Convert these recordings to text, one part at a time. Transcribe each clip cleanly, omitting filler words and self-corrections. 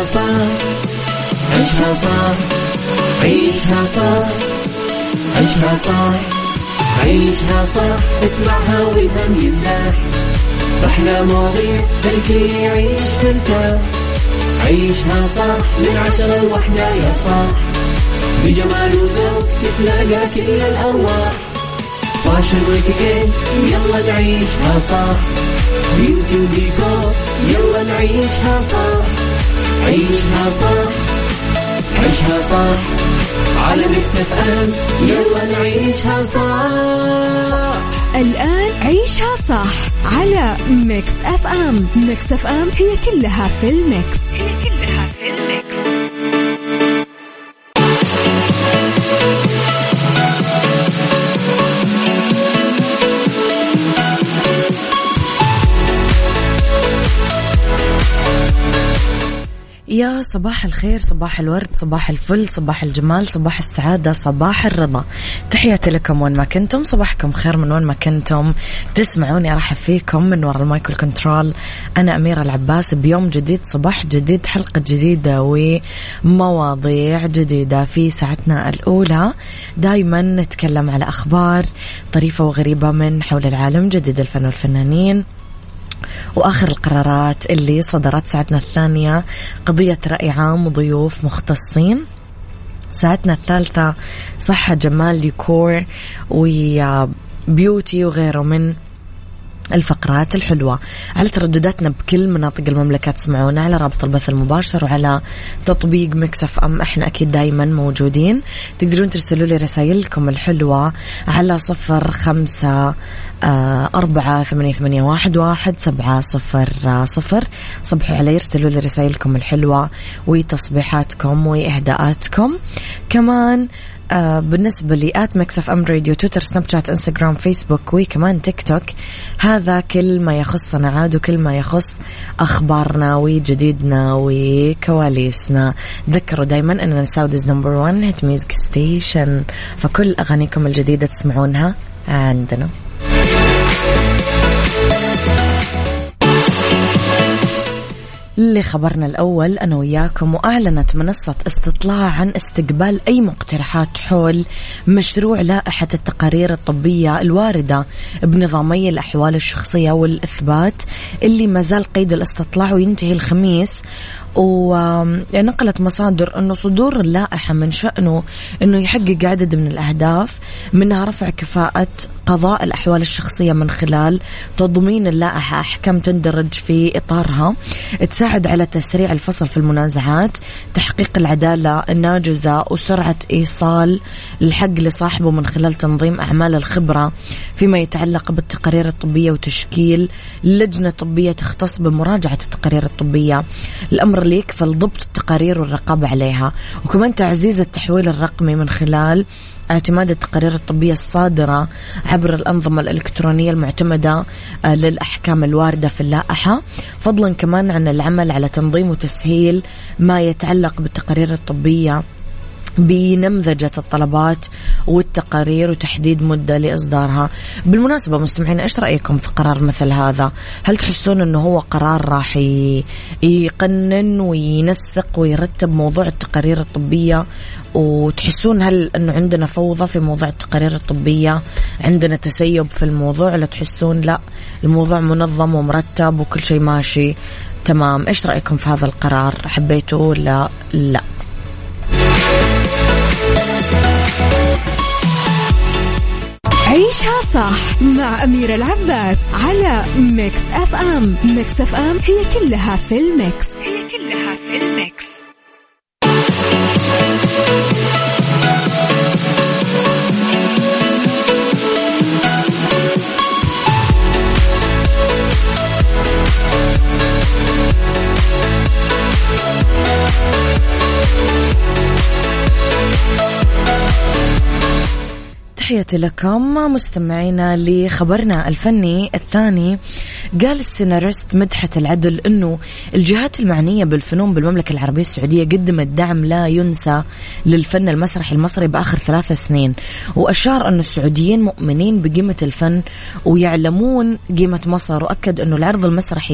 عيشها صح عيشها صح عيشها صح عيشها صح عيشها صح اسمعها والهم ينزاح أحلى مواضيع الكل يعيش ترتاح عيشها صح من 10 ل1 يا صاح بجمال وذوق تتلاقى كل الأرواح فاشل واتيكيت يلا نعيشها صح بيوتي وديكور يلا نعيشها صح عيشها صح عيشها صح على ميكس اف ام يلا نعيشها صح. الآن عيشها صح على ميكس اف ام. ميكس اف ام هي كلها في الميكس. يا صباح الخير، صباح الورد، صباح الفل، صباح الجمال، صباح السعادة، صباح الرضا. تحياتي لكم وين ما كنتم، صباحكم خير من وين ما كنتم تسمعوني. أرحب فيكم من وراء المايكل كنترول، أنا أميرة العباس، بيوم جديد، صباح جديد، حلقة جديدة ومواضيع جديدة في ساعتنا الأولى. دايما نتكلم على أخبار طريفة وغريبة من حول العالم، جديد الفن والفنانين، وآخر القرارات اللي صدرت. ساعتنا الثانية قضية رأي عام وضيوف مختصين. ساعتنا الثالثة صحة، جمال، ديكور وبيوتي وغيره من الفقرات الحلوة. على تردداتنا بكل مناطق المملكة تسمعونا على رابط البث المباشر وعلى تطبيق ميكس اف ام. احنا اكيد دايما موجودين. تقدرون ترسلوا لي رسائلكم الحلوة على 0548811700. صبحوا علي، يرسلوا لي رسائلكم الحلوة وتصبيحاتكم وإهداءاتكم. كمان بالنسبة لي ميكس اف ام راديو، تويتر، سناب شات، انستغرام، فيسبوك وكمان تيك توك. هذا كل ما يخصنا عاد وكل ما يخص أخبارنا وجديدنا وكواليسنا. ذكروا دايما أننا سعوديز نمبر 1 هيت ميوزك ستيشن، فكل أغانيكم الجديدة تسمعونها عندنا. لخبرنا الأول أنا وياكم، وأعلنت منصة استطلاع عن استقبال أي مقترحات حول مشروع لائحة التقارير الطبية الواردة بنظامي الأحوال الشخصية والإثبات اللي ما زال قيد الاستطلاع وينتهي الخميس. ونقلت مصادر أنه صدور اللائحة من شأنه أنه يحقق عدد من الأهداف، منها رفع كفاءة قضاء الأحوال الشخصية من خلال تضمين اللائحة أحكام تندرج في إطارها تساعد على تسريع الفصل في المنازعات، تحقيق العدالة الناجزة وسرعة إيصال الحق لصاحبه من خلال تنظيم أعمال الخبرة فيما يتعلق بالتقارير الطبية، وتشكيل لجنة طبية تختص بمراجعة التقارير الطبية، الأمر اللي يكفل ضبط التقارير والرقابة عليها، وكمان تعزيز التحويل الرقمي من خلال اعتماد التقارير الطبية الصادرة عبر الأنظمة الإلكترونية المعتمدة للأحكام الواردة في اللائحة، فضلا كمان عن العمل على تنظيم وتسهيل ما يتعلق بالتقارير الطبية بنمذجة الطلبات والتقارير وتحديد مدة لإصدارها. بالمناسبة مستمعين، إيش رأيكم في قرار مثل هذا؟ هل تحسون أنه هو قرار راح يقنن وينسق ويرتب موضوع التقارير الطبية، وتحسون هل أنه عندنا فوضى في موضوع التقارير الطبية، عندنا تسيب في الموضوع، ولا تحسون لا الموضوع منظم ومرتب وكل شيء ماشي تمام؟ إيش رأيكم في هذا القرار؟ حبيتوه ولا لا؟ عيشها صح مع أميرة العباس على ميكس اف ام. ميكس اف ام هي كلها في الميكس. تحياتي لكم مستمعينا. لخبرنا الفني الثاني، قال السيناريست مدحت العدل أنه الجهات المعنية بالفنون بالمملكة العربية السعودية قدمت دعم لا ينسى للفن المسرحي المصري بآخر 3 سنين، وأشار أن السعوديين مؤمنين بقيمة الفن ويعلمون قيمة مصر، وأكد أنه العرض المسرحي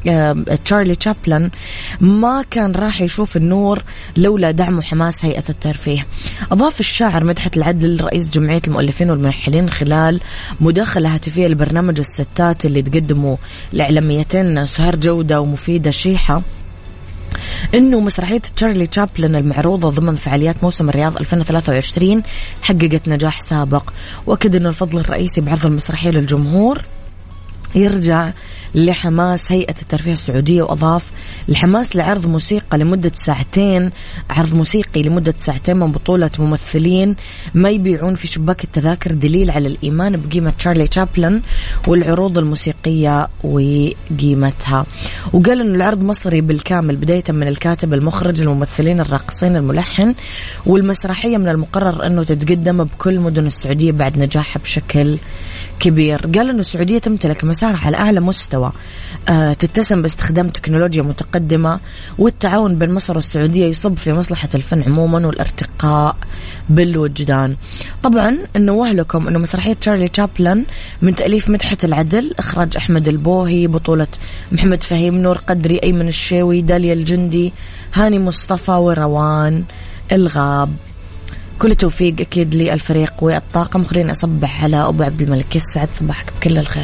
تشارلي تشابلن ما كان راح يشوف النور لولا دعم وحماس هيئة الترفيه. أضاف الشاعر مدحت العدل رئيس جمعية المؤلفين والملحنين خلال مداخلة هاتفية لبرنامج الستات اللي تقدموا الإعلاميتين سهر جودة ومفيدة شيحة إنه مسرحية تشارلي تشابلن المعروضة ضمن فعاليات موسم الرياض 2023 حققت نجاح سابق، وأكد إنه الفضل الرئيسي بعرض المسرحية للجمهور يرجع لحماس هيئة الترفيه السعودية. وأضاف الحماس لعرض موسيقى لمدة ساعتين، عرض موسيقي لمدة ساعتين من بطولة ممثلين ما يبيعون في شباك التذاكر دليل على الإيمان بقيمة تشارلي تشابلن والعروض الموسيقية وقيمتها. وقال إنه العرض مصري بالكامل بداية من الكاتب المخرج الممثلين الراقصين الملحن، والمسرحية من المقرر أنه تتقدم بكل مدن السعودية بعد نجاحها بشكل كبير. قال إنه السعودية تمتلك مسارح على أعلى مستوى تتسم باستخدام تكنولوجيا متقدمة، والتعاون بين مصر والسعودية يصب في مصلحة الفن عموما والارتقاء بالوجدان. طبعا نوه لكم إنه مسرحية تشارلي تشابلن من تأليف مدحت العدل، إخراج أحمد البوهي، بطولة محمد فهيم، نور قدري، أيمن الشيوي، داليا الجندي، هاني مصطفى، وروان الغاب. كل توفيق أكيد للفريق والطاقم. خلينا أصبح على أبو عبد الملك. يسعد صباحك بكل الخير.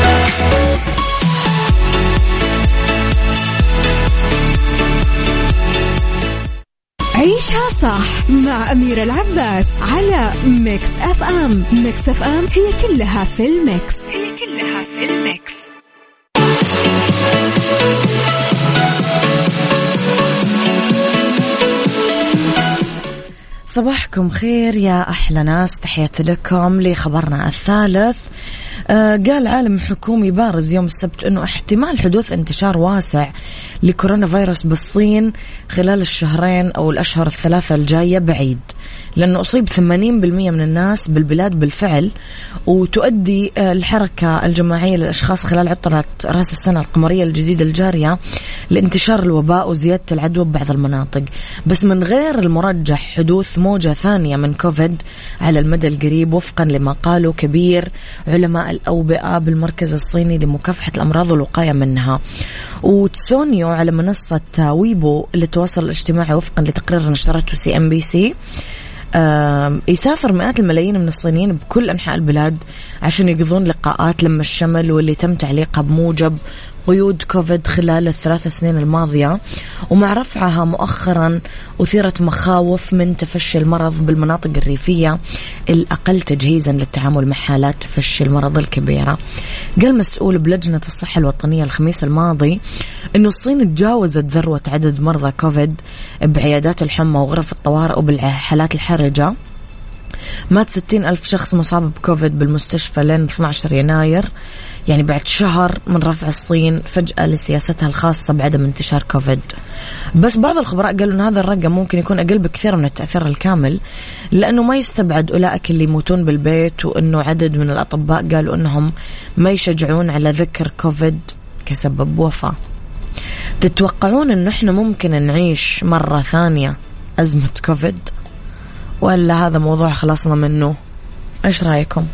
عيشها صح مع أميرة العباس على ميكس أف أم. ميكس أف أم هي كلها في الميكس. صباحكم خير يا أحلى ناس، تحياتي لكم لخبرنا الثالث. قال عالم حكومي بارز يوم السبت أنه احتمال حدوث انتشار واسع لكورونا فيروس بالصين خلال الشهرين أو الأشهر الثلاثة الجاية بعيد، لأنه أصيب 80% من الناس بالبلاد بالفعل، وتؤدي الحركة الجماعية للأشخاص خلال عطلة رأس السنة القمرية الجديدة الجارية لانتشار الوباء وزيادة العدوى ببعض المناطق، بس من غير المرجح حدوث موجة ثانية من كوفيد على المدى القريب، وفقا لما قالوا كبير علماء الأوبئة بالمركز الصيني لمكافحة الأمراض والوقاية منها. وتسونيو على منصة ويبو للتواصل الاجتماعي وفقا لتقرير نشرته CNBC يسافر مئات الملايين من الصينيين بكل أنحاء البلاد عشان يقضون لقاءات لم الشمل واللي تم تعليقها بموجب قيود كوفيد خلال ال3 سنين الماضية. ومع رفعها مؤخرا أثيرت مخاوف من تفشي المرض بالمناطق الريفية الأقل تجهيزا للتعامل مع حالات تفشي المرض الكبيرة. قال مسؤول بلجنة الصحة الوطنية الخميس الماضي أنه الصين تجاوزت ذروة عدد مرضى كوفيد بعيادات الحمى وغرف الطوارئ وبالحالات الحرجة. مات 60,000 شخص مصاب بكوفيد بالمستشفى لين 12 يناير، يعني بعد شهر من رفع الصين فجأة لسياستها الخاصة بعدم انتشار كوفيد. بس بعض الخبراء قالوا أن هذا الرقم ممكن يكون أقل بكثير من التأثير الكامل، لأنه ما يستبعد أولئك اللي يموتون بالبيت، وأنه عدد من الأطباء قالوا أنهم ما يشجعون على ذكر كوفيد كسبب وفاة. تتوقعون أنه إحنا ممكن نعيش مرة ثانية أزمة كوفيد، ولا هذا موضوع خلصنا منه؟ إيش رأيكم؟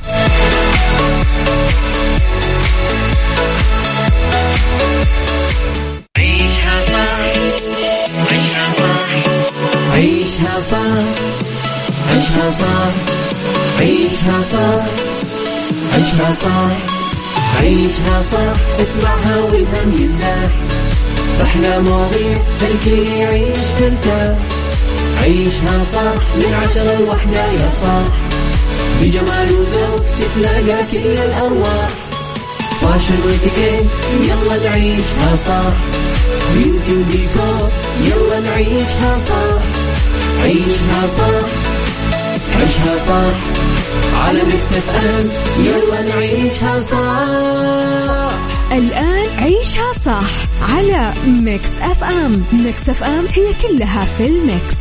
عيشها صح، عيشها صح، عيشها صح، عيشها صح، عيشها صح، عيشها صح، اسمعها والهم ينزاح، أحلى مواضيع الكل يعيش ترتاح. عيشها صح من 10 ل1 يا صاح، بجمال وذوق تتلاقى كل الأرواح، فاشل واتيكيت يلا نعيشها صح، بيوتي وديكور يلا نعيشها صح. عيشها صح، عيشها صح، على ميكس اف ام يلا نعيشها صح. الآن عيشها صح على ميكس أف أم. ميكس أف أم هي كلها في الميكس.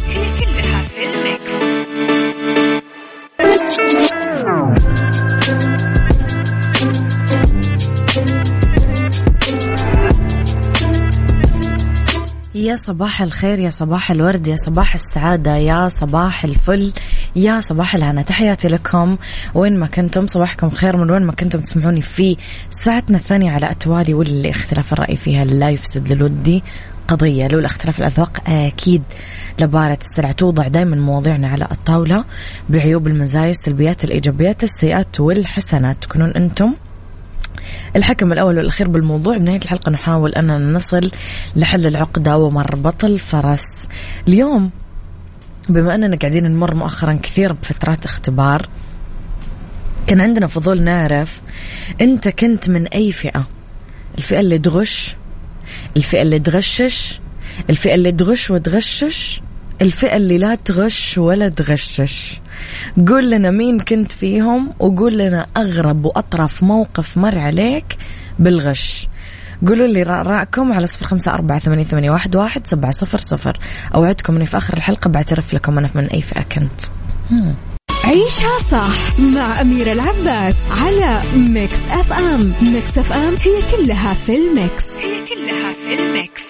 يا صباح الخير، يا صباح الورد، يا صباح السعادة، يا صباح الفل، يا صباح الهنا، تحياتي لكم وين ما كنتم، صباحكم خير من وين ما كنتم تسمعوني في ساعتنا الثانية على أتوالي. واللي اختلاف الرأي فيها لا يفسد للودي قضية، لولا اختلاف الأذواق أكيد لبارة السلع. توضع دائما مواضيعنا على الطاولة بعيوب المزايا السلبيات الإيجابيات السيئات والحسنات، تكونون أنتم الحكم الأول والأخير بالموضوع. بنهاية الحلقة نحاول أننا نصل لحل العقدة ومربط الفرس. اليوم بما أننا قاعدين نمر مؤخرا كثير بفترات اختبار، كان عندنا فضول نعرف أنت كنت من أي فئة؟ الفئة اللي تغش، الفئة اللي تغشش، الفئة اللي تغش وتغشش، الفئة اللي لا تغش ولا تغشش؟ قول لنا مين كنت فيهم، وقول لنا أغرب وأطرف موقف مر عليك بالغش. قولوا لي رأيكم على 0548811700. أوعدكم أني في آخر الحلقة بعترف لكم أنا من أي فئة كنت. عيشها صح مع أميرة العباس على ميكس أف أم. ميكس أف أم هي كلها في الميكس، هي كلها في الميكس.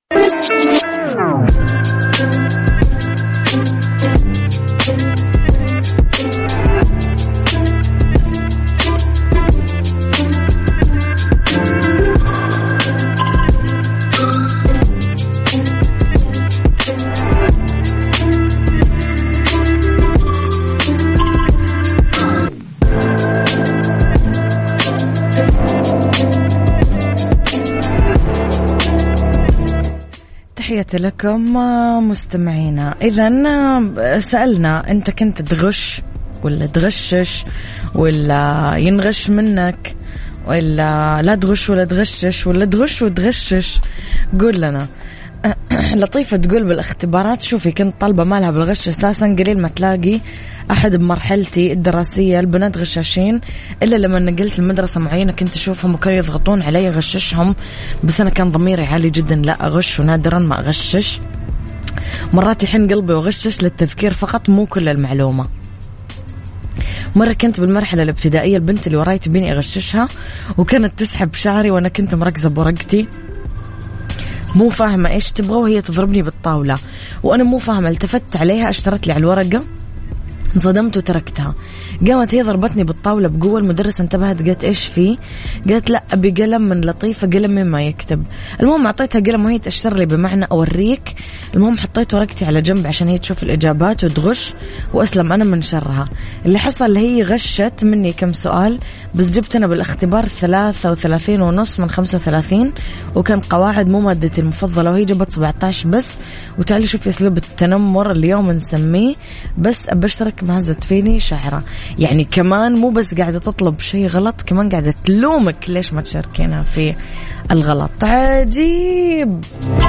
تحياتي لكم مستمعينا. إذن سألنا أنت كنت تغش ولا تغشش ولا ينغش منك، ولا لا تغش ولا تغشش، ولا تغش وتغشش؟ قول لنا. لطيفة تقول بالاختبارات شوفي كنت طالبة مالها بالغش أساسا، قليل ما تلاقي أحد بمرحلتي الدراسية البنات غشاشين، إلا لما نقلت لمدرسة معينة كنت أشوفهم وكانوا يضغطون علي غششهم، بس أنا كان ضميري عالي جدا لا أغش، ونادرا ما أغشش. مرات يحن قلبي وغشش للتذكير فقط مو كل المعلومة. مرة كنت بالمرحلة الابتدائية البنت اللي وراي تبيني أغششها وكانت تسحب شعري وأنا كنت مركزة بورقتي مو فاهمة إيش تبغى، وهي تضربني بالطاولة وأنا مو فاهمة. التفت عليها اشترت لي على الورقة، انصدمت وتركتها. قامت هي ضربتني بالطاولة بقوة. المدرسة انتبهت قالت إيش فيه؟ قالت لا أبي قلم من لطيفة، قلم مما يكتب. المهم أعطيتها قلم وهي تشتر لي بمعنى أوريك. المهم حطيت ورقتي على جنب عشان هي تشوف الإجابات وتغش، وأسلم أنا من شرها. اللي حصل هي غشت مني كم سؤال، بس جبت أنا بالاختبار 33.5 من 35، وكان قواعد مو مادتي المفضلة، وهي جبت 17 بس. وتعالي شوفي أسلوب التنمر اليوم نسميه، بس أبشرك مهزت فيني شعرة. يعني كمان مو بس قاعدة تطلب شيء غلط، كمان قاعدة تلومك ليش ما تشاركينها في الغلط. عجيب.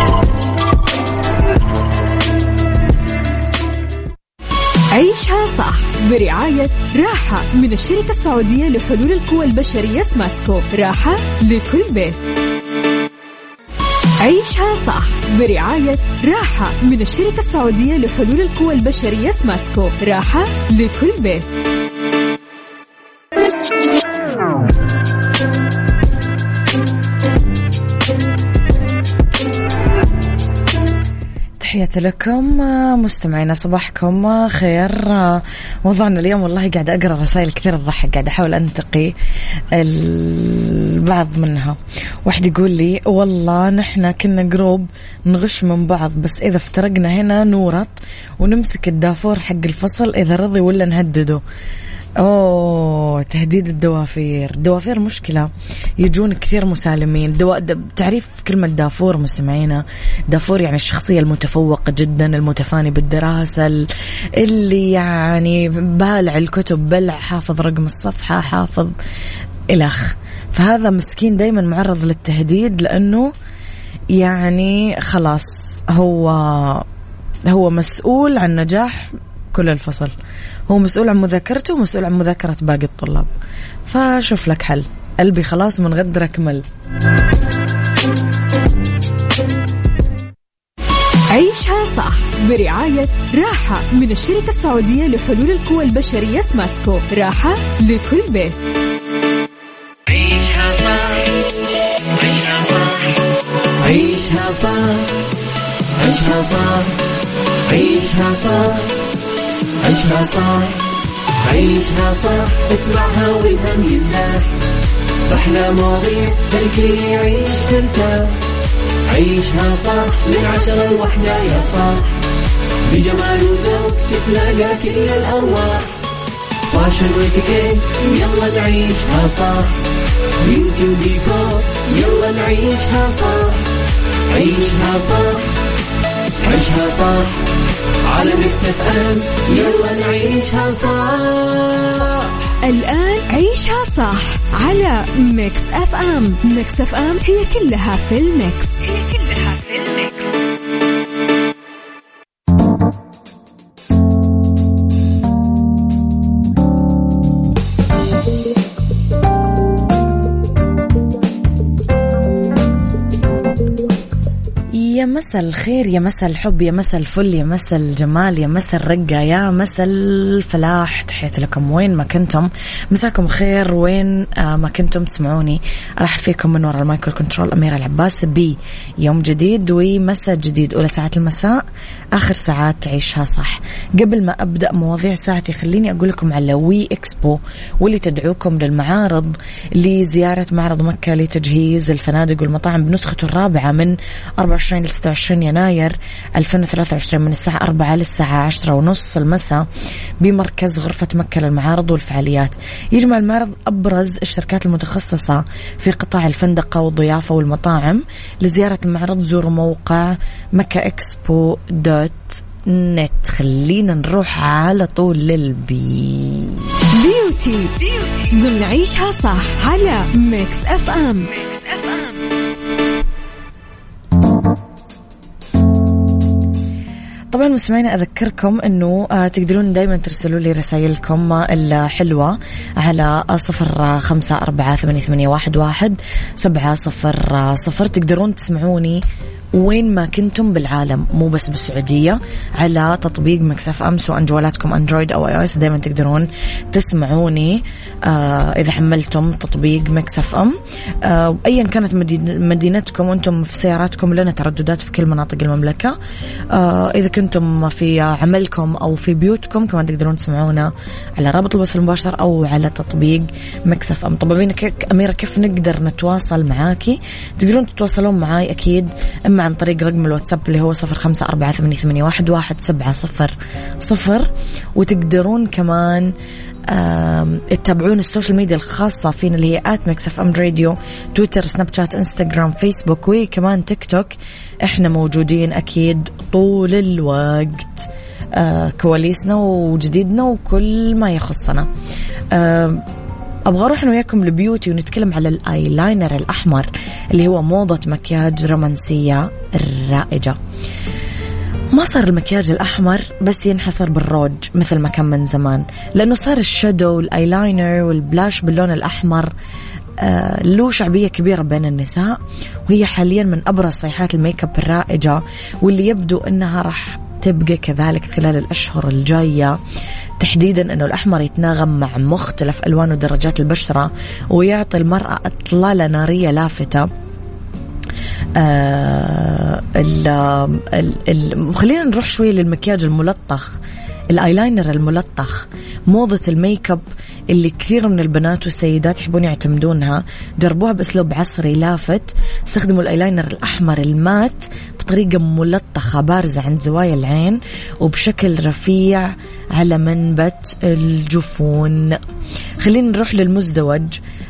عيشها صح برعاية راحة من الشركة السعودية لحلول القوى البشرية سماسكو. راحة لكل بيت. عيشها صح برعاية راحة من الشركة السعودية لحلول القوى البشرية سماسكو. راحة لكل بيت. تحياتي لكم مستمعينا، صباحكم خير. موضوعنا اليوم والله قاعدة أقرأ رسائل كثير تضحك، قاعدة أحاول أنتقي البعض منها. واحد يقول لي والله نحنا كنا جروب نغش من بعض، بس إذا افترقنا هنا نورط ونمسك الدافور حق الفصل إذا رضي ولا نهدده. أوه، تهديد الدوافير. الدوافير مشكلة، يجون كثير مسالمين. تعريف كلمة دافور مستمعينا، دافور يعني الشخصية المتفوقة جدا، المتفاني بالدراسة، اللي يعني بالع الكتب، بلع، حافظ رقم الصفحة، حافظ إلخ. فهذا مسكين دايما معرض للتهديد، لأنه يعني خلاص هو مسؤول عن نجاح كل الفصل، هو مسؤول عن مذاكرته ومسؤول عن مذاكرة باقي الطلاب. فشوف لك حل قلبي، خلاص من غدرك مل. عيشها صح برعاية راحة من الشركة السعودية لحلول القوى البشرية سماسكو. راحة لكل بيت. عيشها صح، عيشها صح، عيشها صح، عيشها صح، عيشها صح، عيشها صح عيشها صح اسمعها والهم ينزاح أحلى مواضيع الكل يعيش ترتاح عيشها صح من 10 ل1 يا صاح بجمال وذوق تتلاقى كل الأرواح فاشل واتيكيت يلا نعيشها صح بيوتي وديكور يلا نعيشها صح عيشها صح عيشها صح على ميكس اف ام يلا نعيشها صح. الآن عيشها صح على ميكس اف ام. ميكس اف ام هي كلها في الميكس. يا مسا الخير، يا مسا الحب، يا مسا الفل، يا مسا الجمال، يا مسا الرقة، يا مسا الفلاح. تحياتي لكم وين ما كنتم، مساكم خير وين ما كنتم تسمعوني. راح فيكم من وراء المايكل كنترول أميرة العباس بيوم جديد ومسا جديد. أولى ساعات المساء، آخر ساعات تعيشها صح. قبل ما أبدأ مواضيع ساعتي خليني أقول لكم على وي إكسبو، واللي تدعوكم للمعارض لزيارة معرض مكة لتجهيز الفنادق والمطاعم بنسخته الرابعة من 24 ل 26 يناير 2023 من الساعة 4 للساعة 10:30 المساء بمركز غرفة مكة للمعارض والفعاليات. يجمع المعرض أبرز الشركات المتخصصة في قطاع الفندقة والضيافة والمطاعم. لزيارة المعرض زوروا موقع meccaexpo.net. خلينا نروح على طول للبيوتي. نعيشها صح على ميكس اف ام. طبعا مستمعينا أذكركم أنه تقدرون دايما ترسلوا لي رسائلكم الحلوة على 0548811700. تقدرون تسمعوني وين ما كنتم بالعالم، مو بس بالسعودية، على تطبيق ميكس اف ام سواء جوالاتكم اندرويد او اي او اس. دايما تقدرون تسمعوني اذا حملتم تطبيق ميكس اف ام. ايا كانت مدينتكم وانتم في سياراتكم، لنا ترددات في كل مناطق المملكة. اذا كنتم في عملكم او في بيوتكم كمان تقدرون تسمعونا على رابط البث المباشر او على تطبيق ميكس اف ام. طبعا أميرة كيف نقدر نتواصل معاكي؟ تقدرون تتواصلون معاي اكيد اما عن طريق رقم الواتساب اللي هو 0548811700، وتقدرون كمان تتابعون السوشيال ميديا الخاصة فينا اللي هي @mixfmradio، تويتر، سناب شات، انستغرام، فيسبوك، وكمان تيك توك. احنا موجودين اكيد طول الوقت، كواليسنا وجديدنا وكل ما يخصنا. أبغى أروح أنا وياكم لبيوتي ونتكلم على الآيلاينر الأحمر اللي هو موضة مكياج رومانسية رائجة. ما صار المكياج الأحمر بس ينحصر بالروج مثل ما كان من زمان، لأنه صار الشادو والآيلاينر والبلاش باللون الأحمر له شعبية كبيرة بين النساء، وهي حاليا من أبرز صيحات الميك اب الرائجة، واللي يبدو أنها راح تبقى كذلك خلال الأشهر الجاية. تحديدا أنه الأحمر يتناغم مع مختلف ألوان ودرجات البشرة ويعطي المرأة إطلالة نارية لافتة. خلينا نروح شوي للمكياج الملطخ، الآيلاينر الملطخ، موضة الميك اب اللي كثير من البنات والسيدات يحبون يعتمدونها. جربوها بأسلوب عصري لافت، استخدموا الآيلاينر الأحمر المات بطريقة ملطخة بارزة عند زوايا العين وبشكل رفيع على منبت الجفون. خلينا نروح للمزدوج،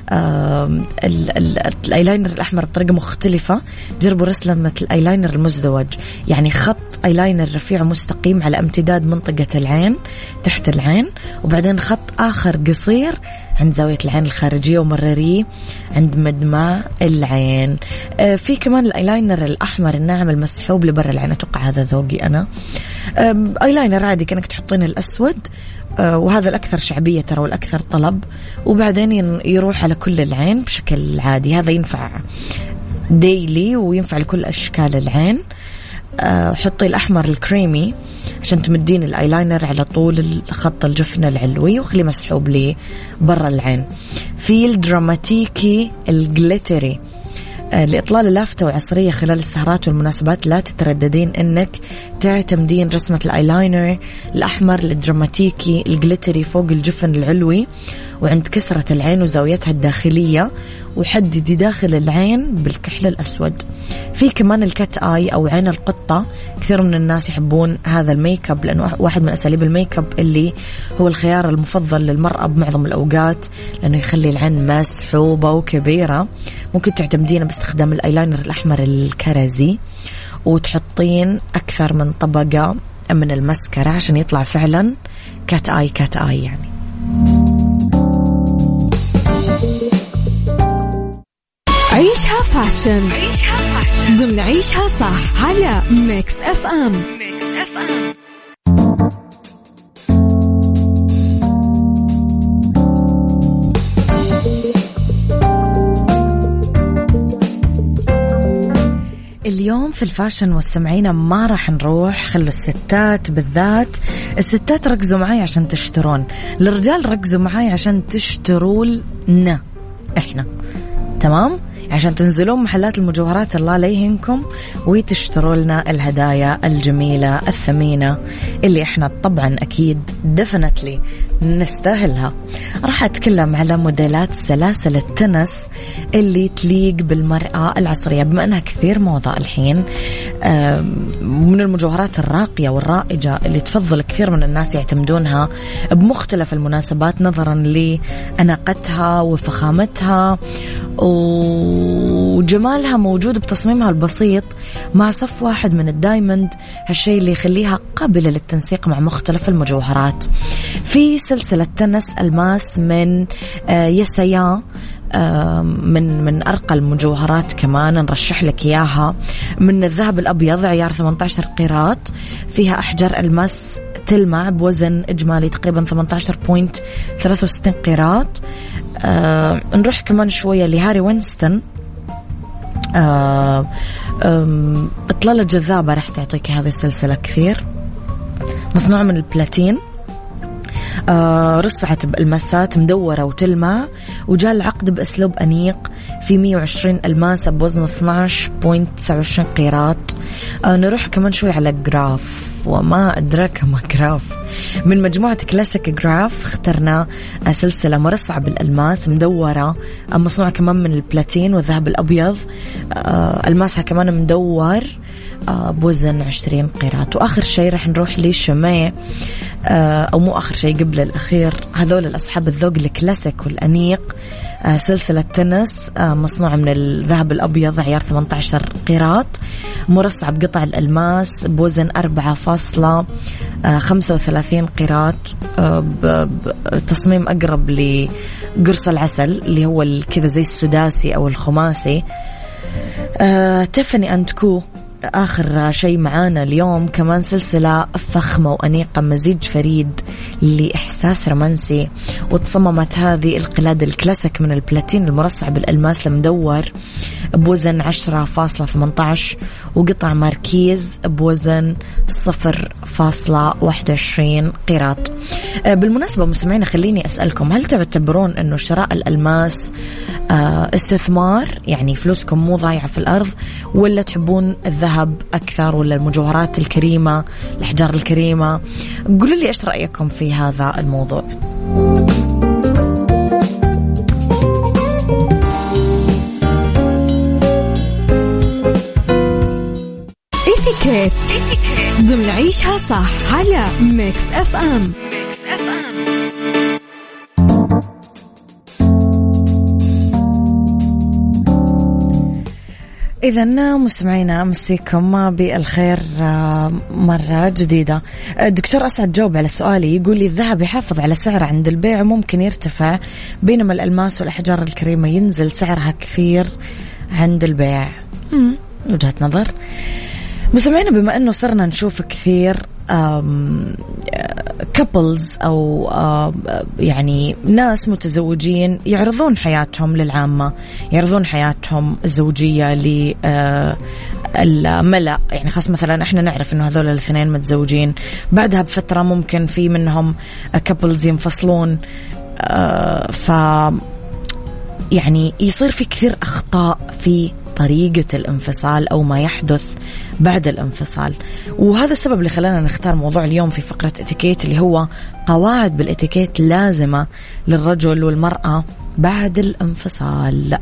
الآيلاينر الأحمر بطريقة مختلفة. جربوا رسمة الآيلاينر المزدوج، يعني خط آيلاينر رفيع مستقيم على امتداد منطقة العين تحت العين، وبعدين خط آخر قصير عند زاوية العين الخارجية ومرريه عند مدمع العين. في كمان الآيلاينر الأحمر الناعم المسحوب لبر العين، أتوقع هذا ذوقي أنا. آيلاينر عادي كأنك تحطين الأسود، وهذا الأكثر شعبية ترى والأكثر طلب، وبعدين يروح على كل العين بشكل عادي. هذا ينفع ديلي وينفع لكل أشكال العين. حطي الأحمر الكريمي عشان تمدين الآيلاينر على طول خط الجفن العلوي وخليه مسحوب لي برا العين. في الدراماتيكي الجليتري، لإطلال لافتة وعصرية خلال السهرات والمناسبات لا تترددين أنك تعتمدين رسمة الآيلاينر الأحمر الدراماتيكي الجليتري فوق الجفن العلوي وعند كسرة العين وزاويتها الداخلية، وحددي داخل العين بالكحل الأسود. في كمان الكات آي أو عين القطة، كثير من الناس يحبون هذا الميك اب لأنه واحد من أساليب الميك اب اللي هو الخيار المفضل للمرأة بمعظم الأوقات، لأنه يخلي العين مسحوبة وكبيرة. ممكن تعتمدين باستخدام الآيلاينر الأحمر الكرزي وتحطين أكثر من طبقة من المسكرة عشان يطلع فعلا كات آي يعني. عيشها فاشن ضمن عيشها صح على ميكس اف ام. اليوم في الفاشن مستمعينا ما راح نروح، خلوا الستات بالذات، الستات ركزوا معاي عشان تشترون، الرجال ركزوا معاي عشان تشترولنا احنا، تمام؟ عشان تنزلون محلات المجوهرات الله لا يهنكم وتشتروا لنا الهدايا الجميلة الثمينة اللي احنا طبعا اكيد دفنتلي نستاهلها. راح اتكلم على موديلات سلاسل التنس اللي تليق بالمرأة العصرية، بما أنها كثير موضة الحين، من المجوهرات الراقية والرائجة اللي تفضل كثير من الناس يعتمدونها بمختلف المناسبات نظرا لأناقتها وفخامتها وجمالها، موجود بتصميمها البسيط مع صف واحد من الدايموند، هالشيء اللي يخليها قابلة للتنسيق مع مختلف المجوهرات. في سلسلة تنس ألماس من يسيا، من أرقى المجوهرات كمان نرشح لك إياها، من الذهب الأبيض عيار 18 قيراط، فيها أحجار ألماس تلمع بوزن إجمالي تقريبا 18.63 قيراط. نروح كمان شوية لهاري وينستون، إطلالة جذابة راح تعطيك هذه السلسلة كثير، مصنوعة من البلاتين، رصعت بألماسات مدورة وتلمع، وجاء العقد بأسلوب أنيق في 120 ألماسة بوزن 12.29 قيراط. نروح كمان شوي على جراف، وما أدراك ما جراف، من مجموعة كلاسيك جراف اخترنا سلسلة مرصعة بالألماس مدورة، مصنوعة كمان من البلاتين والذهب الأبيض، ألماسها كمان مدور بوزن 20 قيراط. وآخر شيء رح نروح لشماء، أو مو آخر شيء قبل الأخير، هذول الأصحاب الذوق الكلاسيك والأنيق، سلسلة تنس مصنوعة من الذهب الأبيض عيار 18 قيراط، مرصعة بقطع الألماس بوزن 4.35 قيراط، بتصميم أقرب لقرص العسل اللي هو كذا زي السداسي أو الخماسي. تيفاني أند كو آخر شيء معانا اليوم، كمان سلسلة فخمة وأنيقة، مزيج فريد لإحساس رومانسي، وتصممت هذه القلادة الكلاسيك من البلاتين المرصع بالألماس المدور بوزن 10.18، وقطع ماركيز بوزن 0.21 قيراط. بالمناسبة مستمعين، خليني أسألكم، هل تعتبرون أنه شراء الألماس استثمار، يعني فلوسكم مو ضايعة في الأرض، ولا تحبون الذهب أكثر، ولا المجوهرات الكريمة، الأحجار الكريمة؟ قولوا لي إيش رأيكم في هذا الموضوع. اتيكيت ضمن عيشها صح على ميكس اف ام. إذا مستمعينا أمسيكم بالخير مرة جديدة. الدكتور أسعد جاوب على سؤالي، يقول لي الذهب يحافظ على سعره عند البيع وممكن يرتفع، بينما الألماس والأحجار الكريمة ينزل سعرها كثير عند البيع. وجهة نظر. مستمعينا، بما أنه صرنا نشوف كثير كابلز أو يعني ناس متزوجين يعرضون حياتهم للعامة، يعرضون حياتهم الزوجية للملأ، يعني خاص مثلا احنا نعرف انه هذول الاثنين متزوجين، بعدها بفترة ممكن في منهم كابلز ينفصلون، ف يعني يصير في كثير أخطاء في طريقة الانفصال أو ما يحدث بعد الانفصال. وهذا السبب اللي خلانا نختار موضوع اليوم في فقرة اتيكيت، اللي هو قواعد بالاتيكيت لازمة للرجل والمرأة بعد الانفصال.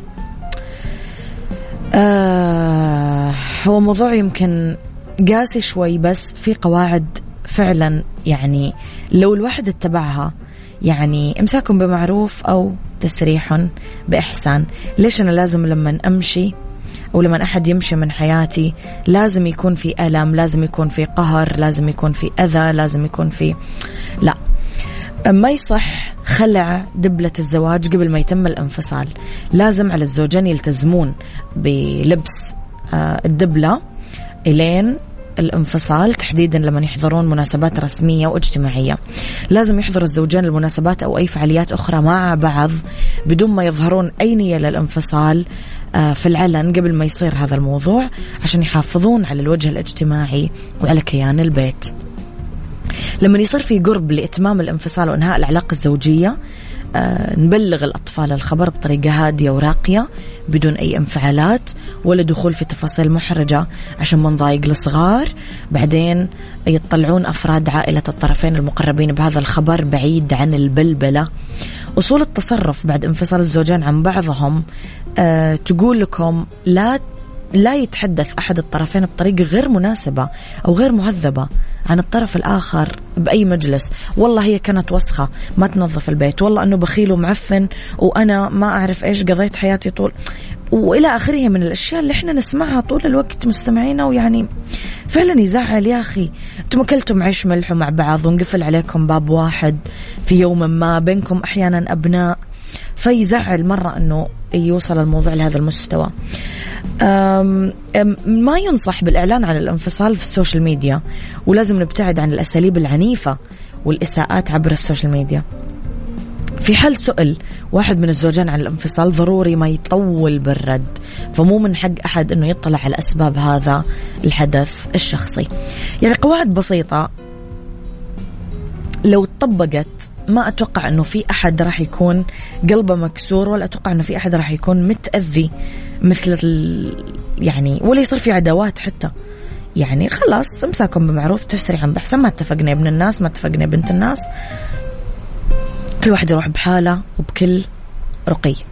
هو موضوع يمكن قاسي شوي، بس في قواعد فعلا يعني لو الواحد اتبعها، يعني امساك بمعروف أو تسريح بإحسان. ليش أنا لازم لما أمشي أو لما أحد يمشي من حياتي لازم يكون في ألم، لازم يكون في قهر، لازم يكون في أذى، لازم يكون في لا، ما يصح خلع دبلة الزواج قبل ما يتم الانفصال. لازم على الزوجين يلتزمون بلبس الدبلة إلين الانفصال، تحديدا لما يحضرون مناسبات رسمية واجتماعية. لازم يحضر الزوجين المناسبات أو أي فعاليات أخرى مع بعض بدون ما يظهرون أي نية للانفصال في العلن قبل ما يصير هذا الموضوع، عشان يحافظون على الوجه الاجتماعي وعلى كيان البيت. لما يصير في قرب لإتمام الانفصال وإنهاء العلاقة الزوجية، نبلغ الأطفال الخبر بطريقة هادية وراقية بدون أي انفعالات ولا دخول في تفاصيل محرجة عشان ما نضايق الصغار. بعدين يطلعون أفراد عائلة الطرفين المقربين بهذا الخبر بعيد عن البلبلة. أصول التصرف بعد انفصال الزوجين عن بعضهم تقول لكم لا يتحدث أحد الطرفين بطريقة غير مناسبة أو غير مهذبة عن الطرف الآخر بأي مجلس. والله هي كانت وسخة ما تنظف البيت، والله أنه بخيل ومعفن وأنا ما أعرف إيش قضيت حياتي طول، وإلى آخره من الأشياء اللي إحنا نسمعها طول الوقت مستمعينا. ويعني فعلا يزعل يا أخي، أنتم أكلتم عيش ملح مع بعض ونقفل عليكم باب واحد في يوم ما، بينكم أحيانا أبناء، فيزعل مرة أنه يوصل الموضوع لهذا المستوى. ما ينصح بالإعلان عن الانفصال في السوشيال ميديا، ولازم نبتعد عن الأساليب العنيفة والإساءات عبر السوشيال ميديا. في حال سؤال واحد من الزوجين عن الانفصال ضروري ما يطول بالرد، فمو من حق أحد أنه يطلع على أسباب هذا الحدث الشخصي. يعني قواعد بسيطة لو طبقت ما أتوقع أنه في أحد راح يكون قلبه مكسور، ولا أتوقع أنه في أحد راح يكون متأذي مثل يعني ولا يصير في عداوات حتى. يعني خلاص امساكم بمعروف تسريحا بإحسان، ما اتفقنا ابن الناس، ما اتفقنا بنت الناس، كل واحد يروح بحاله وبكل رقي.